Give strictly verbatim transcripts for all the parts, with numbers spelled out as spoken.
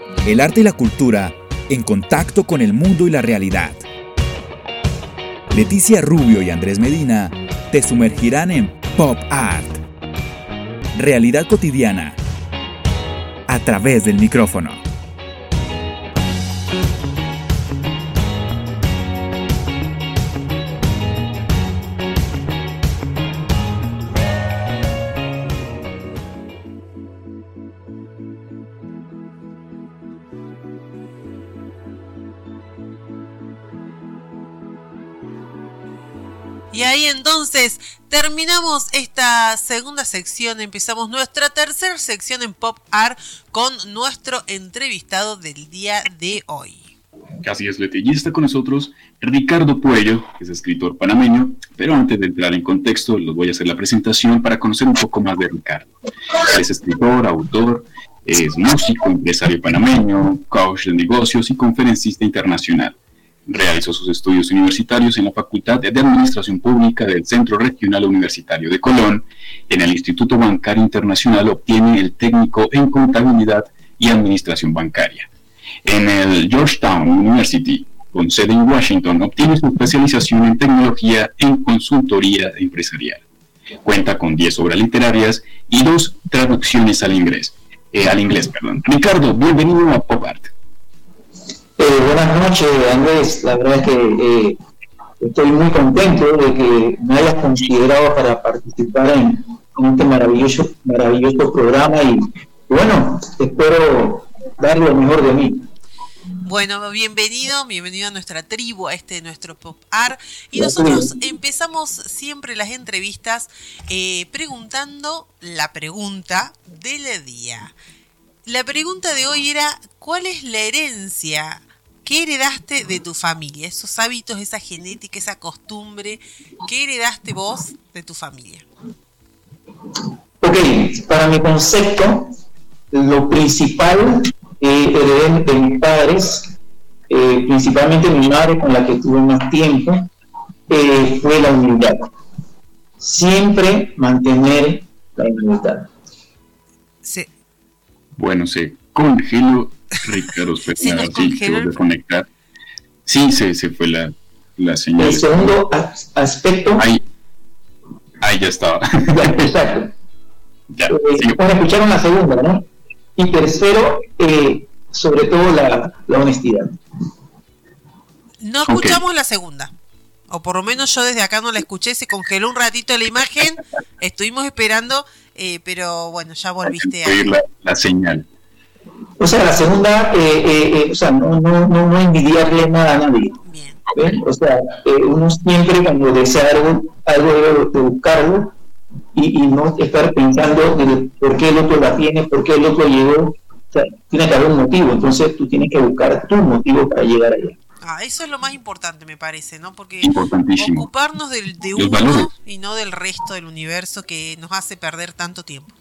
El arte y la cultura en contacto con el mundo y la realidad. Leticia Rubio y Andrés Medina te sumergirán en Pop Art. Realidad cotidiana a través del micrófono. Y ahí entonces terminamos esta segunda sección, empezamos nuestra tercera sección en Pop Art con nuestro entrevistado del día de hoy. Así es, Leti, y está con nosotros Ricardo Puello, que es escritor panameño, pero antes de entrar en contexto, les voy a hacer la presentación para conocer un poco más de Ricardo. Él es escritor, autor, es músico, empresario panameño, coach de negocios y conferencista internacional. Realizó sus estudios universitarios en la Facultad de Administración Pública del Centro Regional Universitario de Colón. En el Instituto Bancario Internacional obtiene el técnico en Contabilidad y Administración Bancaria. En el Georgetown University, con sede en Washington, obtiene su especialización en tecnología en consultoría empresarial. Cuenta con diez obras literarias y dos traducciones al inglés. Eh, al inglés, perdón. Ricardo, bienvenido a Pop Art. Eh, buenas noches, Andrés. La verdad es que eh, estoy muy contento de que me hayas considerado para participar en, en este maravilloso, maravilloso programa y, y bueno, espero dar lo mejor de mí. Bueno, bienvenido, bienvenido a nuestra tribu, a este nuestro Pop Art. Y nosotros empezamos siempre las entrevistas eh, preguntando la pregunta del día. La pregunta de hoy era, ¿cuál es la herencia que heredaste de tu familia? Esos hábitos, esa genética, esa costumbre, ¿qué heredaste vos de tu familia? Ok, para mi concepto, lo principal eh, heredé de mis padres, eh, principalmente mi madre con la que tuve más tiempo, eh, fue la humildad. Siempre mantener la humildad. Sí. Bueno, se congeló Ricardo, sí, se volvió a conectar. Sí, se, se fue la, la señal. El segundo as- aspecto. Ahí, ahí ya estaba. Ya, exacto. Ya, eh, sí. Bueno, escucharon la segunda, ¿no? Y tercero, eh, sobre todo la, la honestidad. No escuchamos okay. La segunda. O por lo menos yo desde acá no la escuché, se congeló un ratito la imagen, estuvimos esperando, eh, pero bueno, ya volviste a... La, la señal. O sea, la segunda, eh, eh, o sea, no, no, no, no envidiarle nada a nadie. Bien. ¿Ven? O sea, eh, uno siempre cuando desea algo, algo debe de buscarlo y, y no estar pensando de por qué el otro la tiene, por qué el otro llegó. O sea, tiene que haber un motivo, entonces tú tienes que buscar tu motivo para llegar allá. Ah, eso es lo más importante, me parece, ¿no? Porque ocuparnos de, de uno y no del resto del universo que nos hace perder tanto tiempo.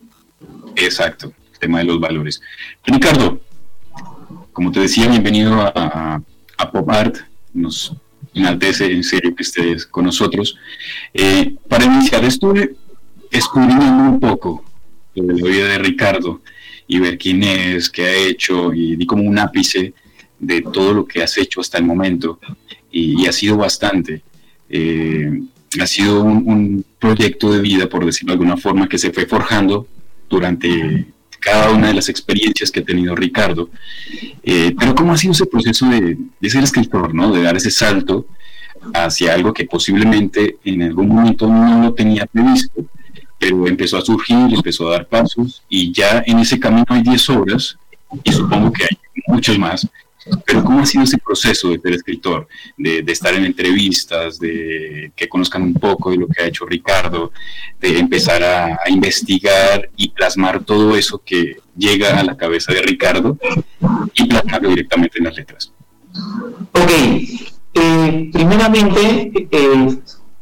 Exacto, el tema de los valores. Ricardo, como te decía, bienvenido a, a, a Pop Art. Nos enaltece en serio que estés con nosotros. Eh, para iniciar, estuve escudriñando un poco de la vida de Ricardo y ver quién es, qué ha hecho, y di como un ápice de todo lo que has hecho hasta el momento, y, y ha sido bastante. Eh, ha sido un, un proyecto de vida, por decirlo de alguna forma, que se fue forjando durante cada una de las experiencias que ha tenido Ricardo. Eh, pero ¿cómo ha sido ese proceso de, de ser escritor, ¿no? De dar ese salto hacia algo que posiblemente en algún momento no lo tenía previsto, pero empezó a surgir, empezó a dar pasos, y ya en ese camino hay diez obras, y supongo que hay muchas más. Pero ¿cómo ha sido ese proceso de ser escritor? De, de estar en entrevistas, de que conozcan un poco de lo que ha hecho Ricardo, de empezar a, a investigar y plasmar todo eso que llega a la cabeza de Ricardo y plasmarlo directamente en las letras. Ok, eh, primeramente eh,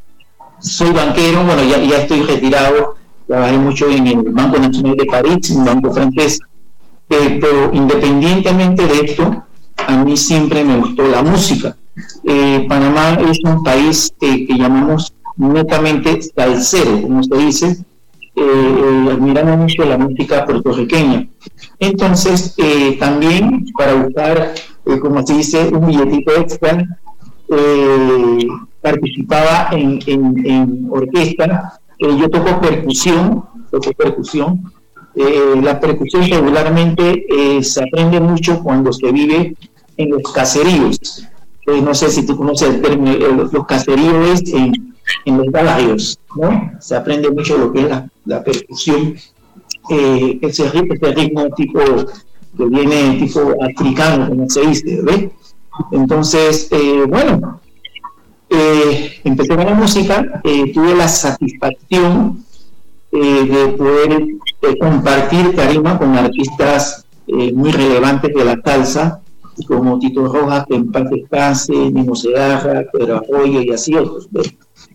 soy banquero, bueno, ya, ya estoy retirado, trabajé mucho en el Banco Nacional de París, un banco francés, eh, pero independientemente de esto, a mí siempre me gustó la música. Eh, Panamá es un país eh, que llamamos netamente salsero, como se dice, eh, admiramos mucho la música puertorriqueña. Entonces, eh, también para buscar, eh, como se dice, un billetito extra, eh, participaba en, en, en orquesta. Eh, yo toco percusión, toco percusión. Eh, la percusión regularmente eh, se aprende mucho cuando se vive en los caseríos. Eh, no sé si tú conoces el término, eh, los caseríos es en, en los barrios, ¿no? Se aprende mucho lo que es la, la percusión, eh, ese, ese ritmo tipo que viene tipo africano, como se dice, ¿ves? Entonces, eh, bueno, eh, empecé con la música, eh, tuve la satisfacción eh, de poder eh, compartir tarima con artistas eh, muy relevantes de la salsa, como Tito Rojas, que en paz descanse, Nino Segarra, Pedro Arroyo y así otros, ¿ves?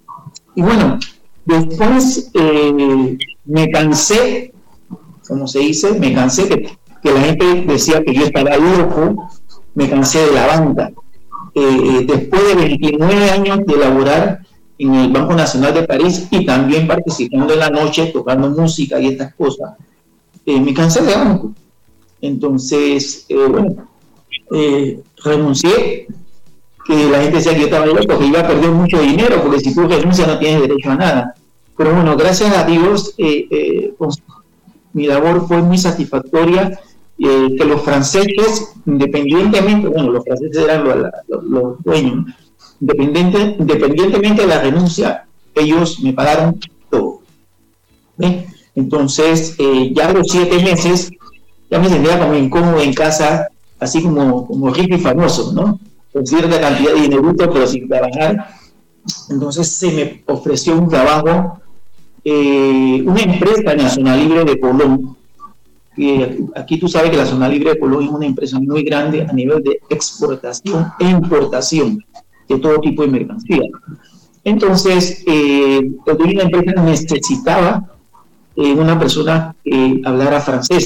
Y bueno, después eh, me cansé, como se dice, me cansé que, que la gente decía que yo estaba loco, me cansé de la banda. Eh, después de veintinueve años de laborar en el Banco Nacional de París y también participando en la noche, tocando música y estas cosas, eh, me cansé de banco. Entonces, eh, bueno, eh, renuncié, que la gente decía que yo estaba loco, que iba a perder mucho dinero, porque si tú renuncias no tienes derecho a nada. Pero bueno, gracias a Dios, eh, eh, pues, mi labor fue muy satisfactoria, eh, que los franceses, independientemente, bueno, los franceses eran los, los, los dueños, independiente, independientemente de la renuncia, ellos me pagaron todo. ¿Ven? Entonces, eh, ya a los siete meses, ya me sentía como incómodo en casa, así como, como rico y famoso, ¿no? Con cierta cantidad de dinero, pero sin trabajar. Entonces se me ofreció un trabajo, eh, una empresa en la zona libre de Colón, que aquí tú sabes que la zona libre de Colón es una empresa muy grande a nivel de exportación e importación de todo tipo de mercancía. Entonces, eh, una empresa necesitaba eh, una persona que hablara francés.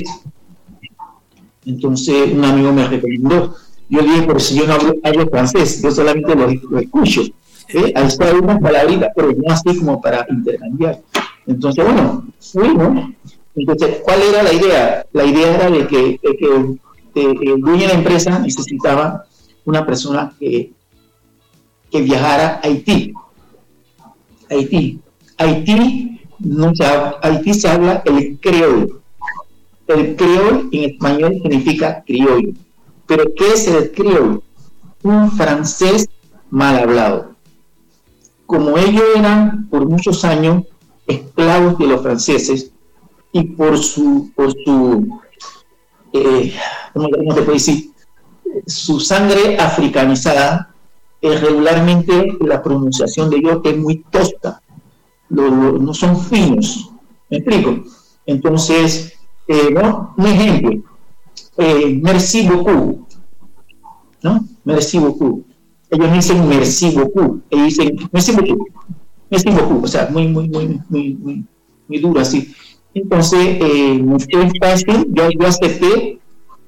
Entonces un amigo me recomendó. Yo dije, pero si yo no hablo, hablo francés, yo solamente lo, lo escucho. ¿eh? Ahí está unas palabritas, pero no así como para intercambiar. Entonces, bueno, fuimos. Entonces, ¿cuál era la idea? La idea era de que, de que de, de el dueño de la empresa necesitaba una persona que, que viajara a Haití. Haití. Haití, no se habla, Haití se habla el creol. El creol en español significa criollo. ¿Pero qué es el criollo? Un francés mal hablado. Como ellos eran por muchos años esclavos de los franceses y por su, por su eh, ¿cómo, ¿cómo te puedo decir? Su sangre africanizada, eh, regularmente la pronunciación de ellos es muy tosca, lo, lo, no son finos. ¿Me explico? Entonces, eh, ¿no? Un ejemplo. Eh, merci beaucoup, ¿no? Merci beaucoup. Ellos dicen merci beaucoup. Ellos dicen merci beaucoup. Merci beaucoup. O sea, muy, muy, muy, muy, muy, muy duro así. Entonces, eh, fue fácil. Yo, yo acepté.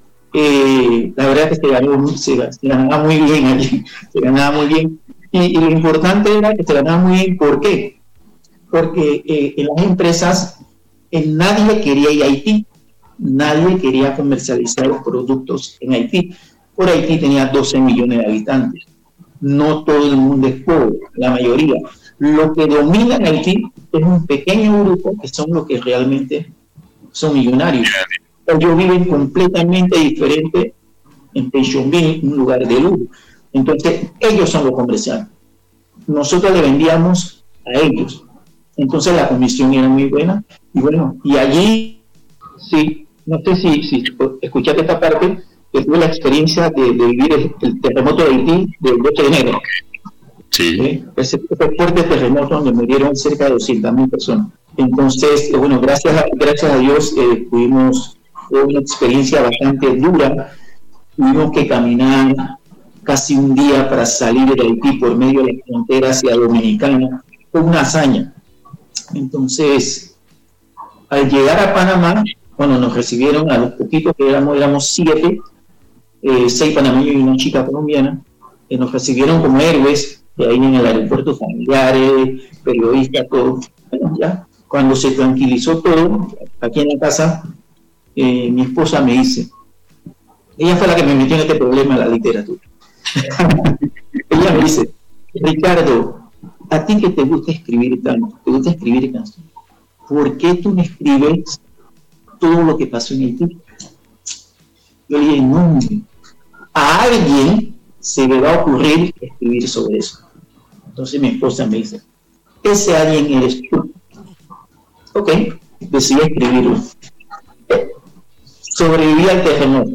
Eh, la verdad que se ganó, se, se ganaba muy bien allí. Se ganaba muy bien. Y, y lo importante era que se ganaba muy bien. ¿Por qué? Porque eh, en las empresas eh, nadie quería ir a Haití. Nadie quería comercializar los productos en Haití. Por Haití tenía doce millones de habitantes. No todo el mundo es pobre, la mayoría. Lo que domina en Haití es un pequeño grupo que son los que realmente son millonarios. Ellos viven completamente diferente en Pétionville, un lugar de lujo. Entonces, ellos son los comerciantes. Nosotros le vendíamos a ellos. Entonces, la comisión era muy buena. Y bueno, y allí, sí, no sé si, si escuchaste esta parte, que tuve la experiencia de, de vivir el, el terremoto de Haití del ocho de enero. Sí. ¿Eh? Ese, ese fuerte terremoto donde murieron cerca de doscientas mil personas. Entonces, eh, bueno, gracias a, gracias a Dios eh, tuvimos eh, una experiencia bastante dura. Tuvimos que caminar casi un día para salir de Haití por medio de la frontera hacia Dominicana. Fue una hazaña. Entonces, al llegar a Panamá, bueno, nos recibieron a los poquitos que éramos, éramos siete, eh, seis panameños y una chica colombiana, que nos recibieron como héroes, de ahí en el aeropuerto, familiares, periodistas, todo. Bueno, ya, cuando se tranquilizó todo, aquí en la casa, eh, mi esposa me dice, ella fue la que me metió en este problema de la literatura. Ella me dice, Ricardo, a ti que te gusta escribir tanto, te gusta escribir canciones, ¿por qué tú no escribes todo lo que pasó en Haití? Yo le dije, no, a alguien se le va a ocurrir escribir sobre eso. Entonces mi esposa me dice, ese alguien eres tú. Ok, decidí escribirlo. Sobreviví al terremoto.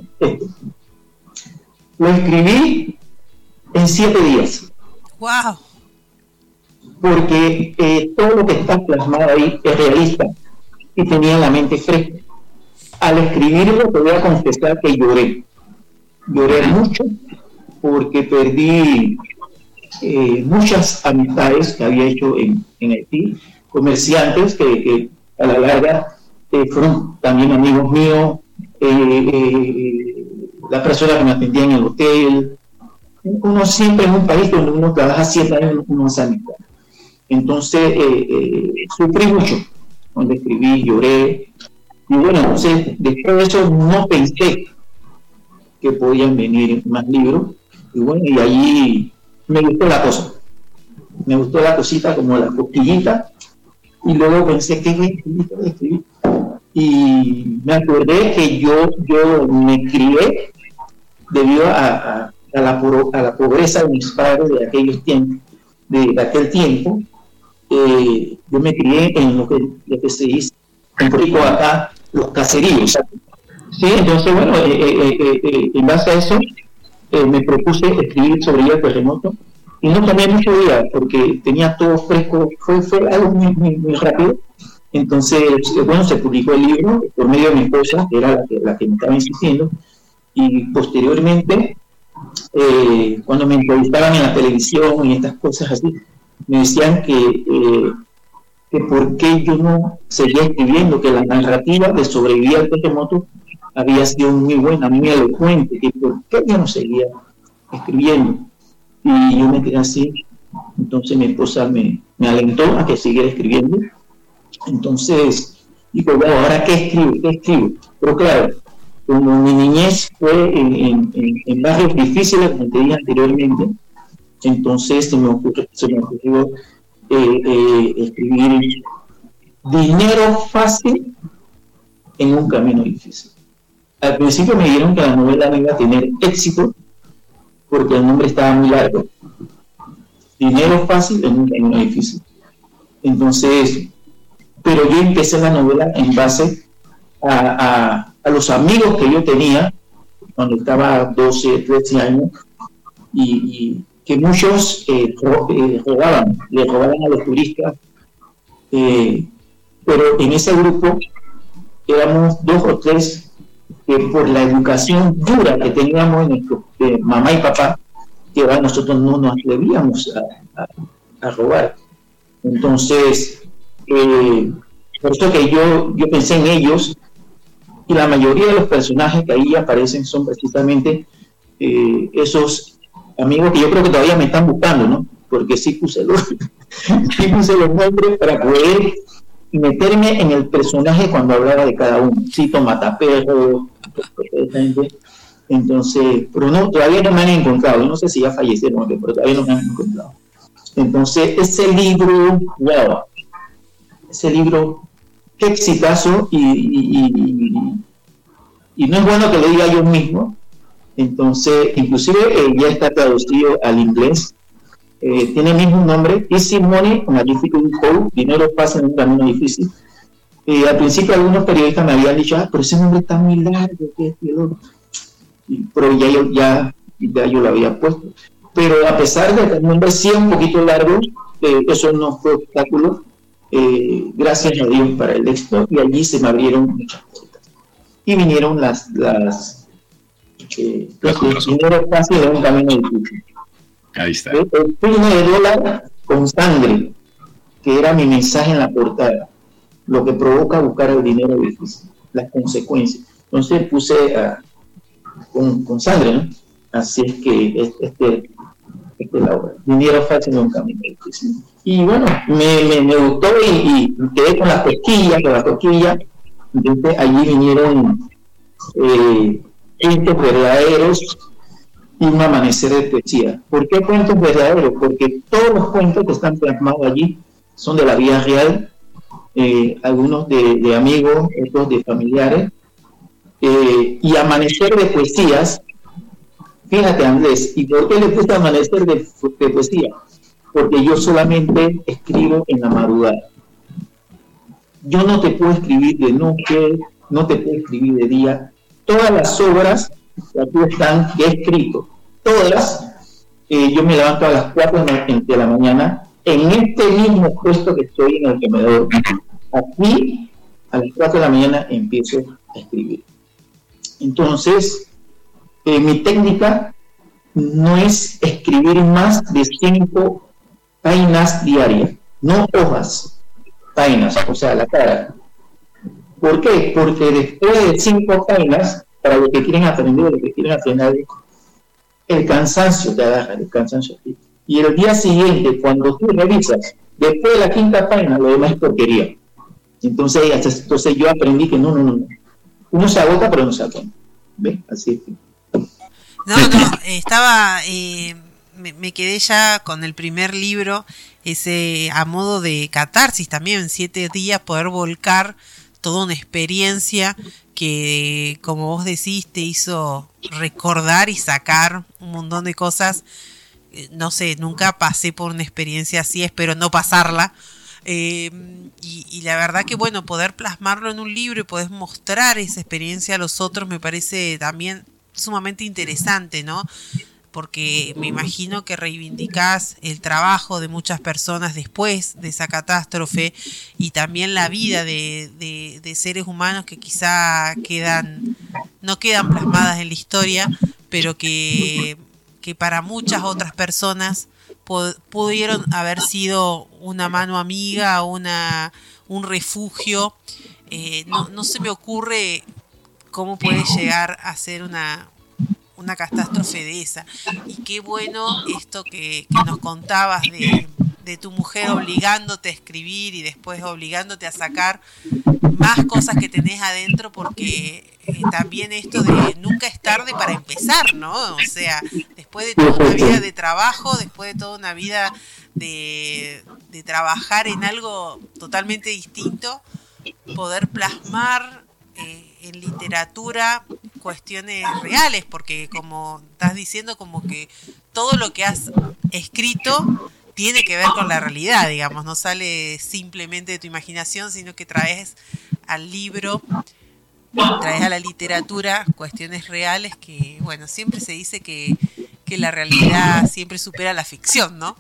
Lo escribí en siete días. ¡Wow! Porque eh, todo lo que está plasmado ahí es realista y tenía la mente fresca. Al escribirlo, te voy a confesar que lloré. Lloré mucho porque perdí eh, muchas amistades que había hecho en, en Haití, comerciantes que, que a la larga eh, fueron también amigos míos, eh, eh, las personas que me atendían en el hotel. Uno siempre en un país donde uno trabaja siete años, uno hace amistad. Entonces, eh, eh, sufrí mucho cuando escribí, lloré. Y bueno, entonces, después de eso no pensé que podían venir más libros. Y bueno, y allí me gustó la cosa. Me gustó la cosita como la cosquillita. Y luego pensé, ¿qué voy a escribir? ¿Qué voy a escribir? Y me acordé que yo, yo me crié debido a, a, a, la, a la pobreza de mis padres de aquellos tiempos, de, de aquel tiempo. Eh, yo me crié en lo que, lo que se dice en Puerto Rico acá, los caseríos. Sí, entonces, bueno, eh, eh, eh, eh, en base a eso, eh, me propuse escribir sobre el terremoto y no tomé mucho día porque tenía todo fresco, fue, fue algo muy, muy, muy rápido. Entonces, eh, bueno, se publicó el libro por medio de mi esposa, que era la que, la que me estaba insistiendo, y posteriormente, eh, cuando me entrevistaban en la televisión y estas cosas así, me decían que, eh, que por qué yo no seguía escribiendo, que la narrativa de sobrevivir al terremoto había sido muy buena, muy elocuente, que por qué yo no seguía escribiendo. Y yo me quedé así. Entonces mi esposa me, me alentó a que siguiera escribiendo. Entonces, digo, bueno, ¿ahora qué escribo? ¿Qué escribo? Pero claro, como mi niñez fue en, en, en, en barrios difíciles, como te dije anteriormente, entonces se me ocurrió, se me ocurrió eh, eh, escribir dinero fácil en un camino difícil. Al principio me dijeron que la novela no iba a tener éxito porque el nombre estaba muy largo. Dinero fácil en un camino difícil. Entonces, pero yo empecé la novela en base a, a, a los amigos que yo tenía cuando estaba doce, trece años y, y que muchos eh, ro, eh, robaban, le robaban a los turistas, eh, pero en ese grupo éramos dos o tres que por la educación dura que teníamos en nuestro eh, mamá y papá, que bueno, nosotros no nos atrevíamos a, a, a robar. Entonces, eh, por eso que yo, yo pensé en ellos, y la mayoría de los personajes que ahí aparecen son precisamente eh, esos amigos que yo creo que todavía me están buscando, ¿no? Porque sí puse los, sí puse los nombres para poder meterme en el personaje cuando hablaba de cada uno. Cito Mataperro, entonces, pero no, todavía no me han encontrado. Yo no sé si ya fallecieron, pero todavía no me han encontrado. Entonces, ese libro, wow, ese libro, qué exitazo, y, y, y, y no es bueno que lo diga yo mismo. Entonces, inclusive eh, ya está traducido al inglés, eh, tiene el mismo nombre, Easy Money on a Difficult Code, dinero fácil en un camino difícil. Eh, al principio algunos periodistas me habían dicho, ah, pero ese nombre está muy largo, ¿qué es? Y, pero ya yo, ya, ya yo lo había puesto. Pero a pesar de que el nombre sea un poquito largo, eh, eso no fue obstáculo, eh, gracias a Dios para el éxito, y allí se me abrieron muchas puertas. Y vinieron las... las Eh, entonces, dinero fácil de un camino difícil. Ahí está. El, el signo de dólar con sangre, que era mi mensaje en la portada, lo que provoca buscar el dinero difícil, las consecuencias. Entonces puse uh, con, con sangre, ¿no? Así es que este, este es la obra. Dinero fácil de un camino difícil. y bueno, me, me, me gustó y, y quedé con las cosquillas, con las cosquillas. Entonces allí vinieron eh, cuentos verdaderos y un amanecer de poesía. ¿Por qué cuentos verdaderos? Porque todos los cuentos que están plasmados allí son de la vida real, eh, algunos de, de amigos, otros de familiares, eh, y amanecer de poesías. Fíjate, Andrés, ¿y por qué le puse amanecer de, de poesía? Porque yo solamente escribo en la madrugada. Yo no te puedo escribir de noche, no te puedo escribir de día. Todas las obras que aquí están, que he escrito, todas, eh, yo me levanto a las cuatro de la mañana, en este mismo puesto que estoy en el comedor. Aquí, a las cuatro de la mañana, empiezo a escribir. Entonces, eh, mi técnica no es escribir más de cinco páginas diarias, no hojas, páginas, o sea, la cara. ¿Por qué? Porque después de cinco páginas, para los que quieren aprender, los que quieren aprender, el cansancio te agarra, el cansancio. Y el día siguiente, cuando tú revisas, después de la quinta página, lo demás es porquería. Entonces, entonces yo aprendí que no, no, no, no. Uno se agota, pero no se agota. ¿Ves? Así es. No, no, estaba, eh, me, me quedé ya con el primer libro, ese a modo de catarsis también, en siete días poder volcar toda una experiencia que, como vos decís, te hizo recordar y sacar un montón de cosas. No sé, nunca pasé por una experiencia así, espero no pasarla. Eh, y, y la verdad que bueno, poder plasmarlo en un libro y poder mostrar esa experiencia a los otros me parece también sumamente interesante, ¿no? Porque me imagino que reivindicás el trabajo de muchas personas después de esa catástrofe y también la vida de, de, de seres humanos que quizá quedan, no quedan plasmadas en la historia, pero que, que para muchas otras personas pudieron haber sido una mano amiga, una, un refugio. Eh, no, no se me ocurre cómo puede llegar a ser una, una catástrofe de esa. Y qué bueno esto que, que nos contabas de, de tu mujer obligándote a escribir y después obligándote a sacar más cosas que tenés adentro, porque eh, también esto de nunca es tarde para empezar, ¿no? O sea, después de toda una vida de trabajo, después de toda una vida de, de trabajar en algo totalmente distinto, poder plasmar eh, en literatura cuestiones reales, porque como estás diciendo, como que todo lo que has escrito tiene que ver con la realidad, digamos, no sale simplemente de tu imaginación, sino que traes al libro, traes a la literatura cuestiones reales que, bueno, siempre se dice que, que la realidad siempre supera la ficción, ¿no?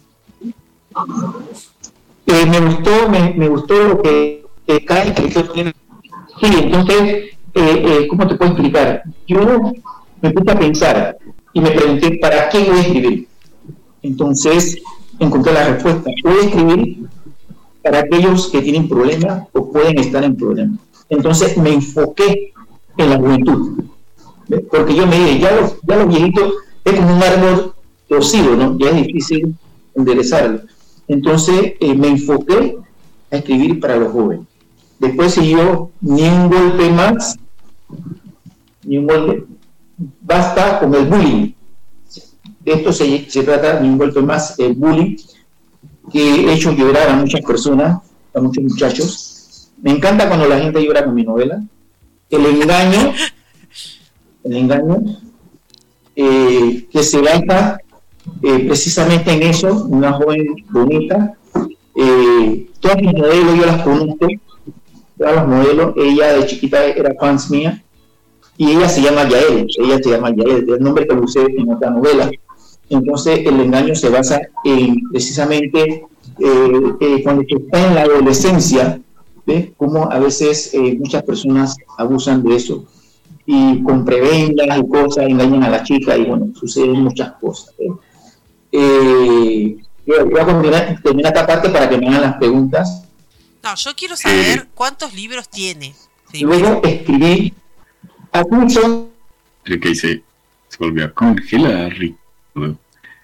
Eh, me gustó, me, me gustó lo que, que cae, que tiene. Sí, entonces, eh, eh, ¿cómo te puedo explicar? Yo me puse a pensar y me pregunté, ¿para qué voy a escribir? Entonces, encontré la respuesta. Voy a escribir para aquellos que tienen problemas o pueden estar en problemas. Entonces, me enfoqué en la juventud. Porque yo me dije, ya los, ya los viejitos es como un árbol torcido, ¿no? Ya es difícil enderezarlo. Entonces, eh, me enfoqué a escribir para los jóvenes. Después siguió ni un golpe más, ni un golpe, basta con el bullying. De esto se, se trata, ni un golpe más, el bullying, que he hecho llorar a muchas personas, a muchos muchachos. Me encanta cuando la gente llora con mi novela. El engaño, el engaño, eh, que se basa eh, precisamente en eso, una joven bonita. Eh, todas mis modelos yo las conozco, todas las modelos, ella de chiquita era fans mía, y ella se llama Yael, ella se llama Yael, el nombre que usé en otra novela. Entonces el engaño se basa en precisamente eh, eh, cuando se está en la adolescencia, ¿ves? Como a veces eh, muchas personas abusan de eso y con prebendas y cosas engañan a la chica y bueno, suceden muchas cosas. ¿eh? Eh, yo voy a terminar, terminar esta parte para que me hagan las preguntas. No, yo quiero saber cuántos libros tiene. Sí, luego escribí a muchos. El que dice, se volvió a congelar, Rico.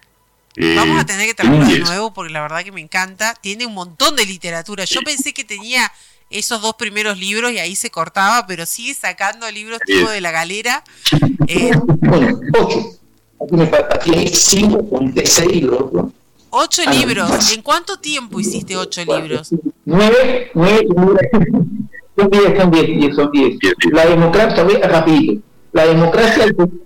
Eh, Vamos a tener que traerlo de diez. nuevo porque la verdad que me encanta. Tiene un montón de literatura. Yo pensé que tenía esos dos primeros libros y ahí se cortaba, pero sigue sacando libros tipo de la galera. Eh, Bueno, ocho. Aquí me falta, aquí hay cinco, seis libros, ¿no? ocho Ah, no. libros. ¿En cuánto tiempo hiciste ocho libros? Nueve, nueve, nueve. Son diez, son diez, diez, son diez. Diez, diez. La democracia, ve, rapidito. La democracia,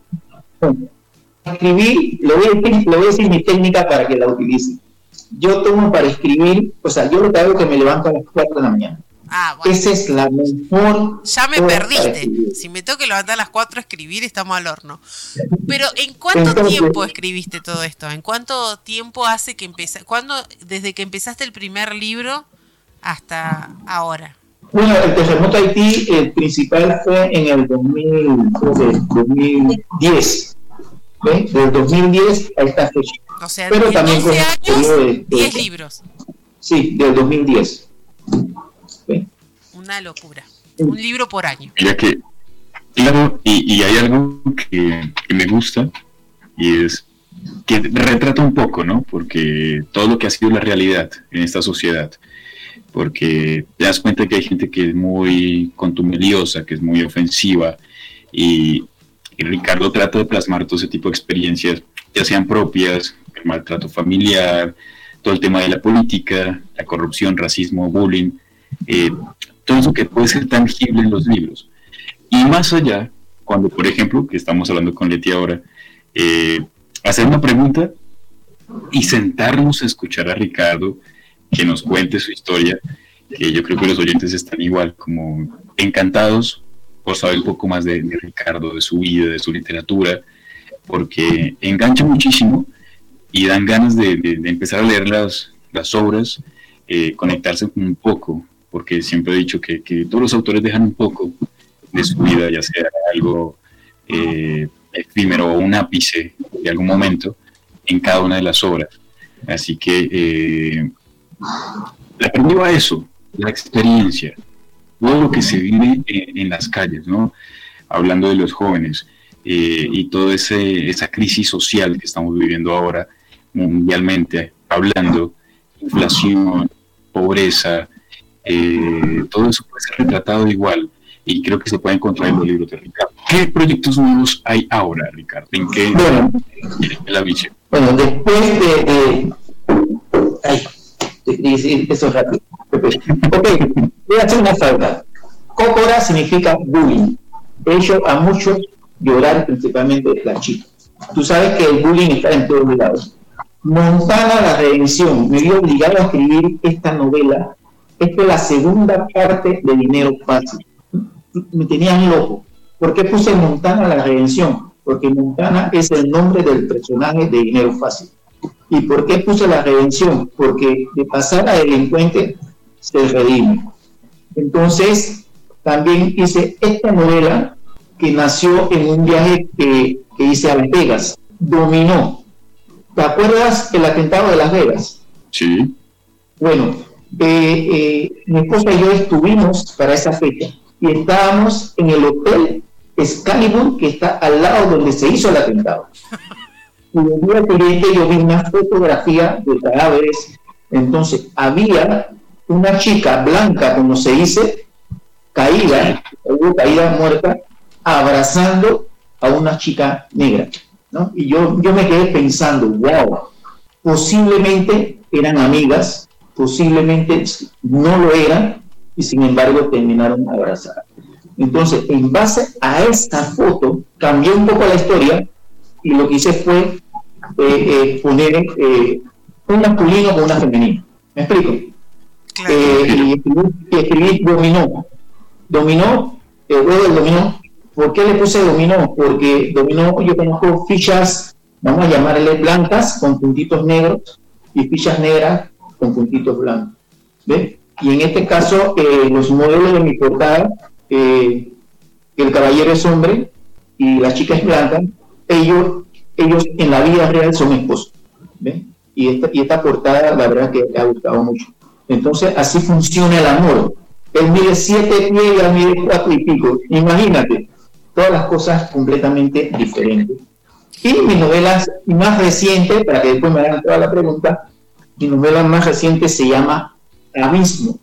escribí, le voy, a decir, le voy a decir mi técnica para que la utilice. Yo tomo para escribir, o sea, yo lo que hago es que me levanto a las cuatro de la mañana. Ah, bueno. Esa es la mejor. Ya me hora para perdiste. escribir. Si me tengo que levantar a las cuatro a escribir, estamos al horno. Pero ¿en cuánto Entonces, tiempo escribiste todo esto? ¿En cuánto tiempo hace que empezaste? ¿Cuándo, desde que empezaste el primer libro hasta ahora? Bueno, el terremoto de Haití, el principal fue en el dos mil, creo que dos mil diez. ¿Ven? Del dos mil diez a esta fecha. O sea, Pero en también doce con el periodo de- años, de- diez libros. Sí, del dos mil diez. ¿Ven? Una locura. Un libro por año. Mira que, claro, y, y hay algo que, que me gusta, y es que retrata un poco, ¿no? Porque todo lo que ha sido la realidad en esta sociedad, porque te das cuenta que hay gente que es muy contumeliosa, que es muy ofensiva, y, y Ricardo trata de plasmar todo ese tipo de experiencias, ya sean propias, el maltrato familiar, todo el tema de la política, la corrupción, racismo, bullying, eh, todo eso que puede ser tangible en los libros. Y más allá, cuando, por ejemplo, que estamos hablando con Leti ahora, eh, hacer una pregunta y sentarnos a escuchar a Ricardo, que nos cuente su historia, que yo creo que los oyentes están igual, como encantados por saber un poco más de, de Ricardo, de su vida, de su literatura, porque engancha muchísimo y dan ganas de, de, de empezar a leer las, las obras, eh, conectarse un poco, porque siempre he dicho que, que todos los autores dejan un poco de su vida, ya sea algo eh, efímero o un ápice de algún momento en cada una de las obras. Así que eh, le aprendió a eso, la experiencia, todo lo que se vive en, en las calles, ¿no? Hablando de los jóvenes eh, y toda esa crisis social que estamos viviendo ahora mundialmente, hablando, inflación, pobreza, eh, todo eso puede ser retratado igual y creo que se puede encontrar en los libros de Ricardo. ¿Qué proyectos nuevos hay ahora, Ricardo? ¿En qué Bueno, en la visión? bueno, después de... de ay, de, de, eso es rápido. Ok, voy a hacer una falta. Cócora significa bullying. De hecho, a muchos llorar, principalmente las chicas. Tú sabes que el bullying está en todos lados. Montana la Redención me vio obligado a escribir esta novela. Esta es la segunda parte de Dinero Fácil. Me tenían loco. ¿Por qué puse Montana la Redención? Porque Montana es el nombre del personaje de Dinero Fácil. ¿Y por qué puse la redención? Porque de pasar a delincuente se redime. Entonces, también hice esta novela que nació en un viaje que, que hice a Las Vegas. Dominó. ¿Te acuerdas el atentado de Las Vegas? Sí. Bueno, eh, eh, mi esposa y yo estuvimos para esa fecha y estábamos en el hotel Excalibur, que está al lado donde se hizo el atentado. Y el día siguiente yo vi una fotografía de cadáveres. Entonces había una chica blanca, como se dice, caída, caída muerta, abrazando a una chica negra, ¿no? Y yo, yo me quedé pensando, wow, posiblemente eran amigas, posiblemente no lo eran, y sin embargo terminaron abrazadas. Entonces, en base a esta foto, cambié un poco la historia, y lo que hice fue eh, eh, poner eh, un masculino con una femenina. ¿Me explico? Claro. Eh, y, escribí, y escribí dominó. Dominó, el juego del dominó. ¿Por qué le puse dominó? Porque dominó, yo conozco fichas, vamos a llamarle blancas, con puntitos negros, y fichas negras con puntitos blancos. ¿Ves? Y en este caso, eh, los modelos de mi portada, eh, el caballero es hombre y la chica es blanca, ellos, ellos en la vida real son esposos. ¿Ves? Y esta, y esta portada, la verdad que me ha gustado mucho. Entonces, así funciona el amor. Él mide siete pies y ella mide cuatro y pico. Imagínate, todas las cosas completamente diferentes. Y mi novela más reciente, para que después me hagan toda la pregunta, mi novela más reciente se llama Abismo.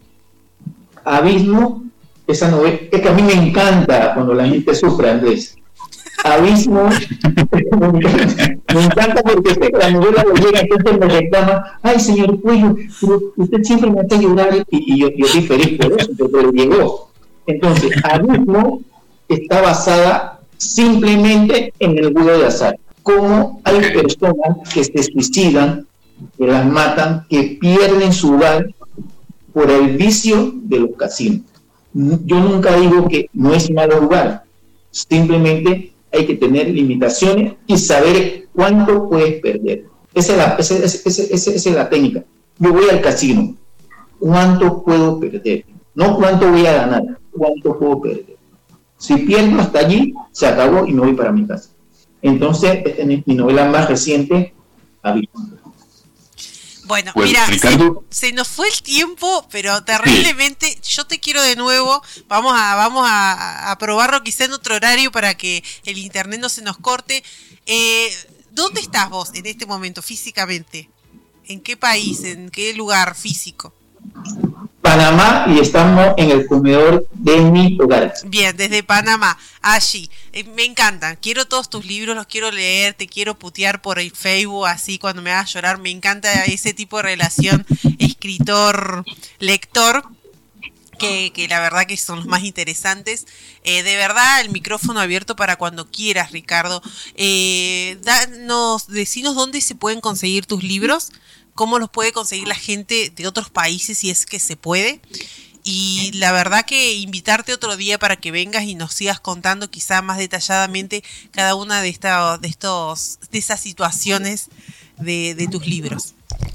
Abismo, esa novela, es que a mí me encanta cuando la gente sufre, Andrés. Abismo, me, encanta, me encanta porque sé que la novela le llega, entonces me reclama, ay señor Puello, pero usted siempre me hace llorar, y, y yo, yo estoy feliz por eso, porque le llegó. Entonces, Abismo está basada simplemente en el juego de azar. Cómo hay personas que se suicidan, que las matan, que pierden su hogar por el vicio de los casinos. Yo nunca digo que no es malo jugar, simplemente hay que tener limitaciones y saber cuánto puedes perder. Esa es la, esa, esa, esa, esa es la técnica. Yo voy al casino, ¿cuánto puedo perder? No cuánto voy a ganar, cuánto puedo perder. Si pierdo hasta allí, se acabó y me voy para mi casa. Entonces, esta es mi novela más reciente, Abismo. Bueno, pues, mira, Ricardo, se, se nos fue el tiempo, pero terriblemente. Sí. Yo te quiero de nuevo. Vamos a vamos a, a probarlo quizá en otro horario para que el internet no se nos corte. Eh, ¿Dónde estás vos en este momento físicamente? ¿En qué país? ¿En qué lugar físico? Panamá, y estamos en el comedor de mi hogar. Bien, desde Panamá, allí. Eh, me encantan, quiero todos tus libros, los quiero leer, te quiero putear por el Facebook, así cuando me hagas llorar. Me encanta ese tipo de relación escritor-lector, que, que la verdad que son los más interesantes. Eh, de verdad, el micrófono abierto para cuando quieras, Ricardo. Eh, danos, decinos dónde se pueden conseguir tus libros, cómo los puede conseguir la gente de otros países si es que se puede. Y la verdad que invitarte otro día para que vengas y nos sigas contando quizá más detalladamente cada una de estas de estos de esas situaciones de, de tus libros.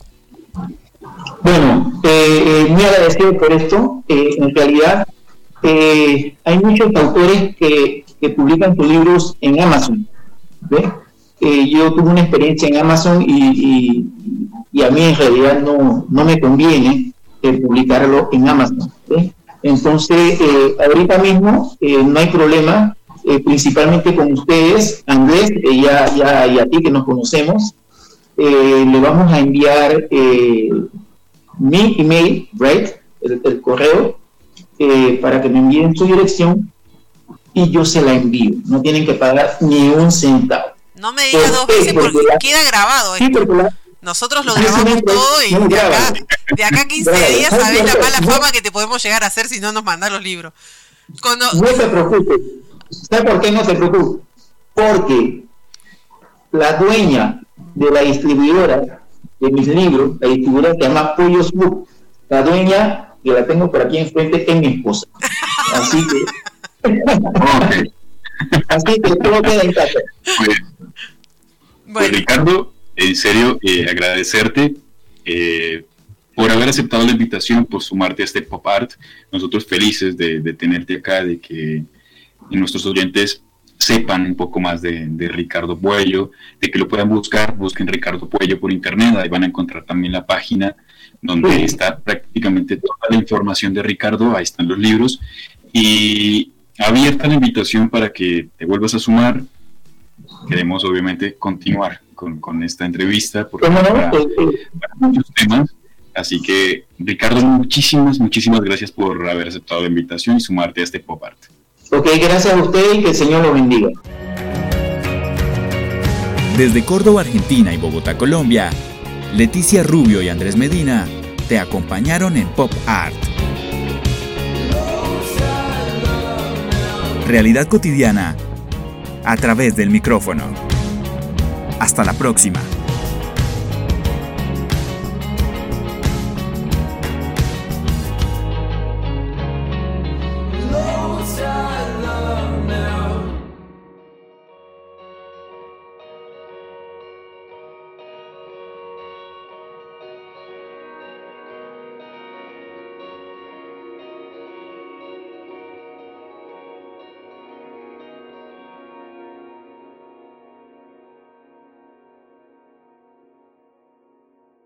Bueno, eh, muy agradecido por esto. Eh, en realidad eh, hay muchos autores que, que publican sus libros en Amazon, ¿ves? Eh, yo tuve una experiencia en Amazon y, y, y a mí en realidad no, no me conviene eh, publicarlo en Amazon, ¿sí? Entonces, eh, ahorita mismo eh, no hay problema, eh, principalmente con ustedes, Andrés, eh, ya, ya, y a ti que nos conocemos, eh, le vamos a enviar eh, mi email, right, el, el correo, eh, para que me envíen su dirección y yo se la envío. No tienen que pagar ni un centavo. No me digas dos veces porque, porque la, queda grabado esto. Sí, la, nosotros lo grabamos todo y de acá, de acá a quince días sabés la mala fama que te podemos llegar a hacer si no nos mandás los libros. Cuando... No te preocupes. ¿Sabes por qué no te preocupes? Porque la dueña de la distribuidora de mis libros, la distribuidora se llama Pollos Book. La dueña, que la tengo por aquí enfrente, es mi esposa. Así que... okay. Así que todo queda en casa. Pues, pues Ricardo, en serio, eh, agradecerte eh, por haber aceptado la invitación, por sumarte a este Pop Art. Nosotros felices de, de tenerte acá, de que nuestros oyentes sepan un poco más de, de Ricardo Puello, de que lo puedan buscar, busquen Ricardo Puello por internet, ahí van a encontrar también la página donde está prácticamente toda la información de Ricardo, ahí están los libros, y abierta la invitación para que te vuelvas a sumar. Queremos obviamente continuar con, con esta entrevista porque para, para muchos temas, así que Ricardo, muchísimas, muchísimas gracias por haber aceptado la invitación y sumarte a este Pop Art. Ok, gracias a usted y que el Señor lo bendiga. Desde Córdoba, Argentina y Bogotá, Colombia, Leticia Rubio y Andrés Medina te acompañaron en Pop Art. Realidad cotidiana a través del micrófono. Hasta la próxima.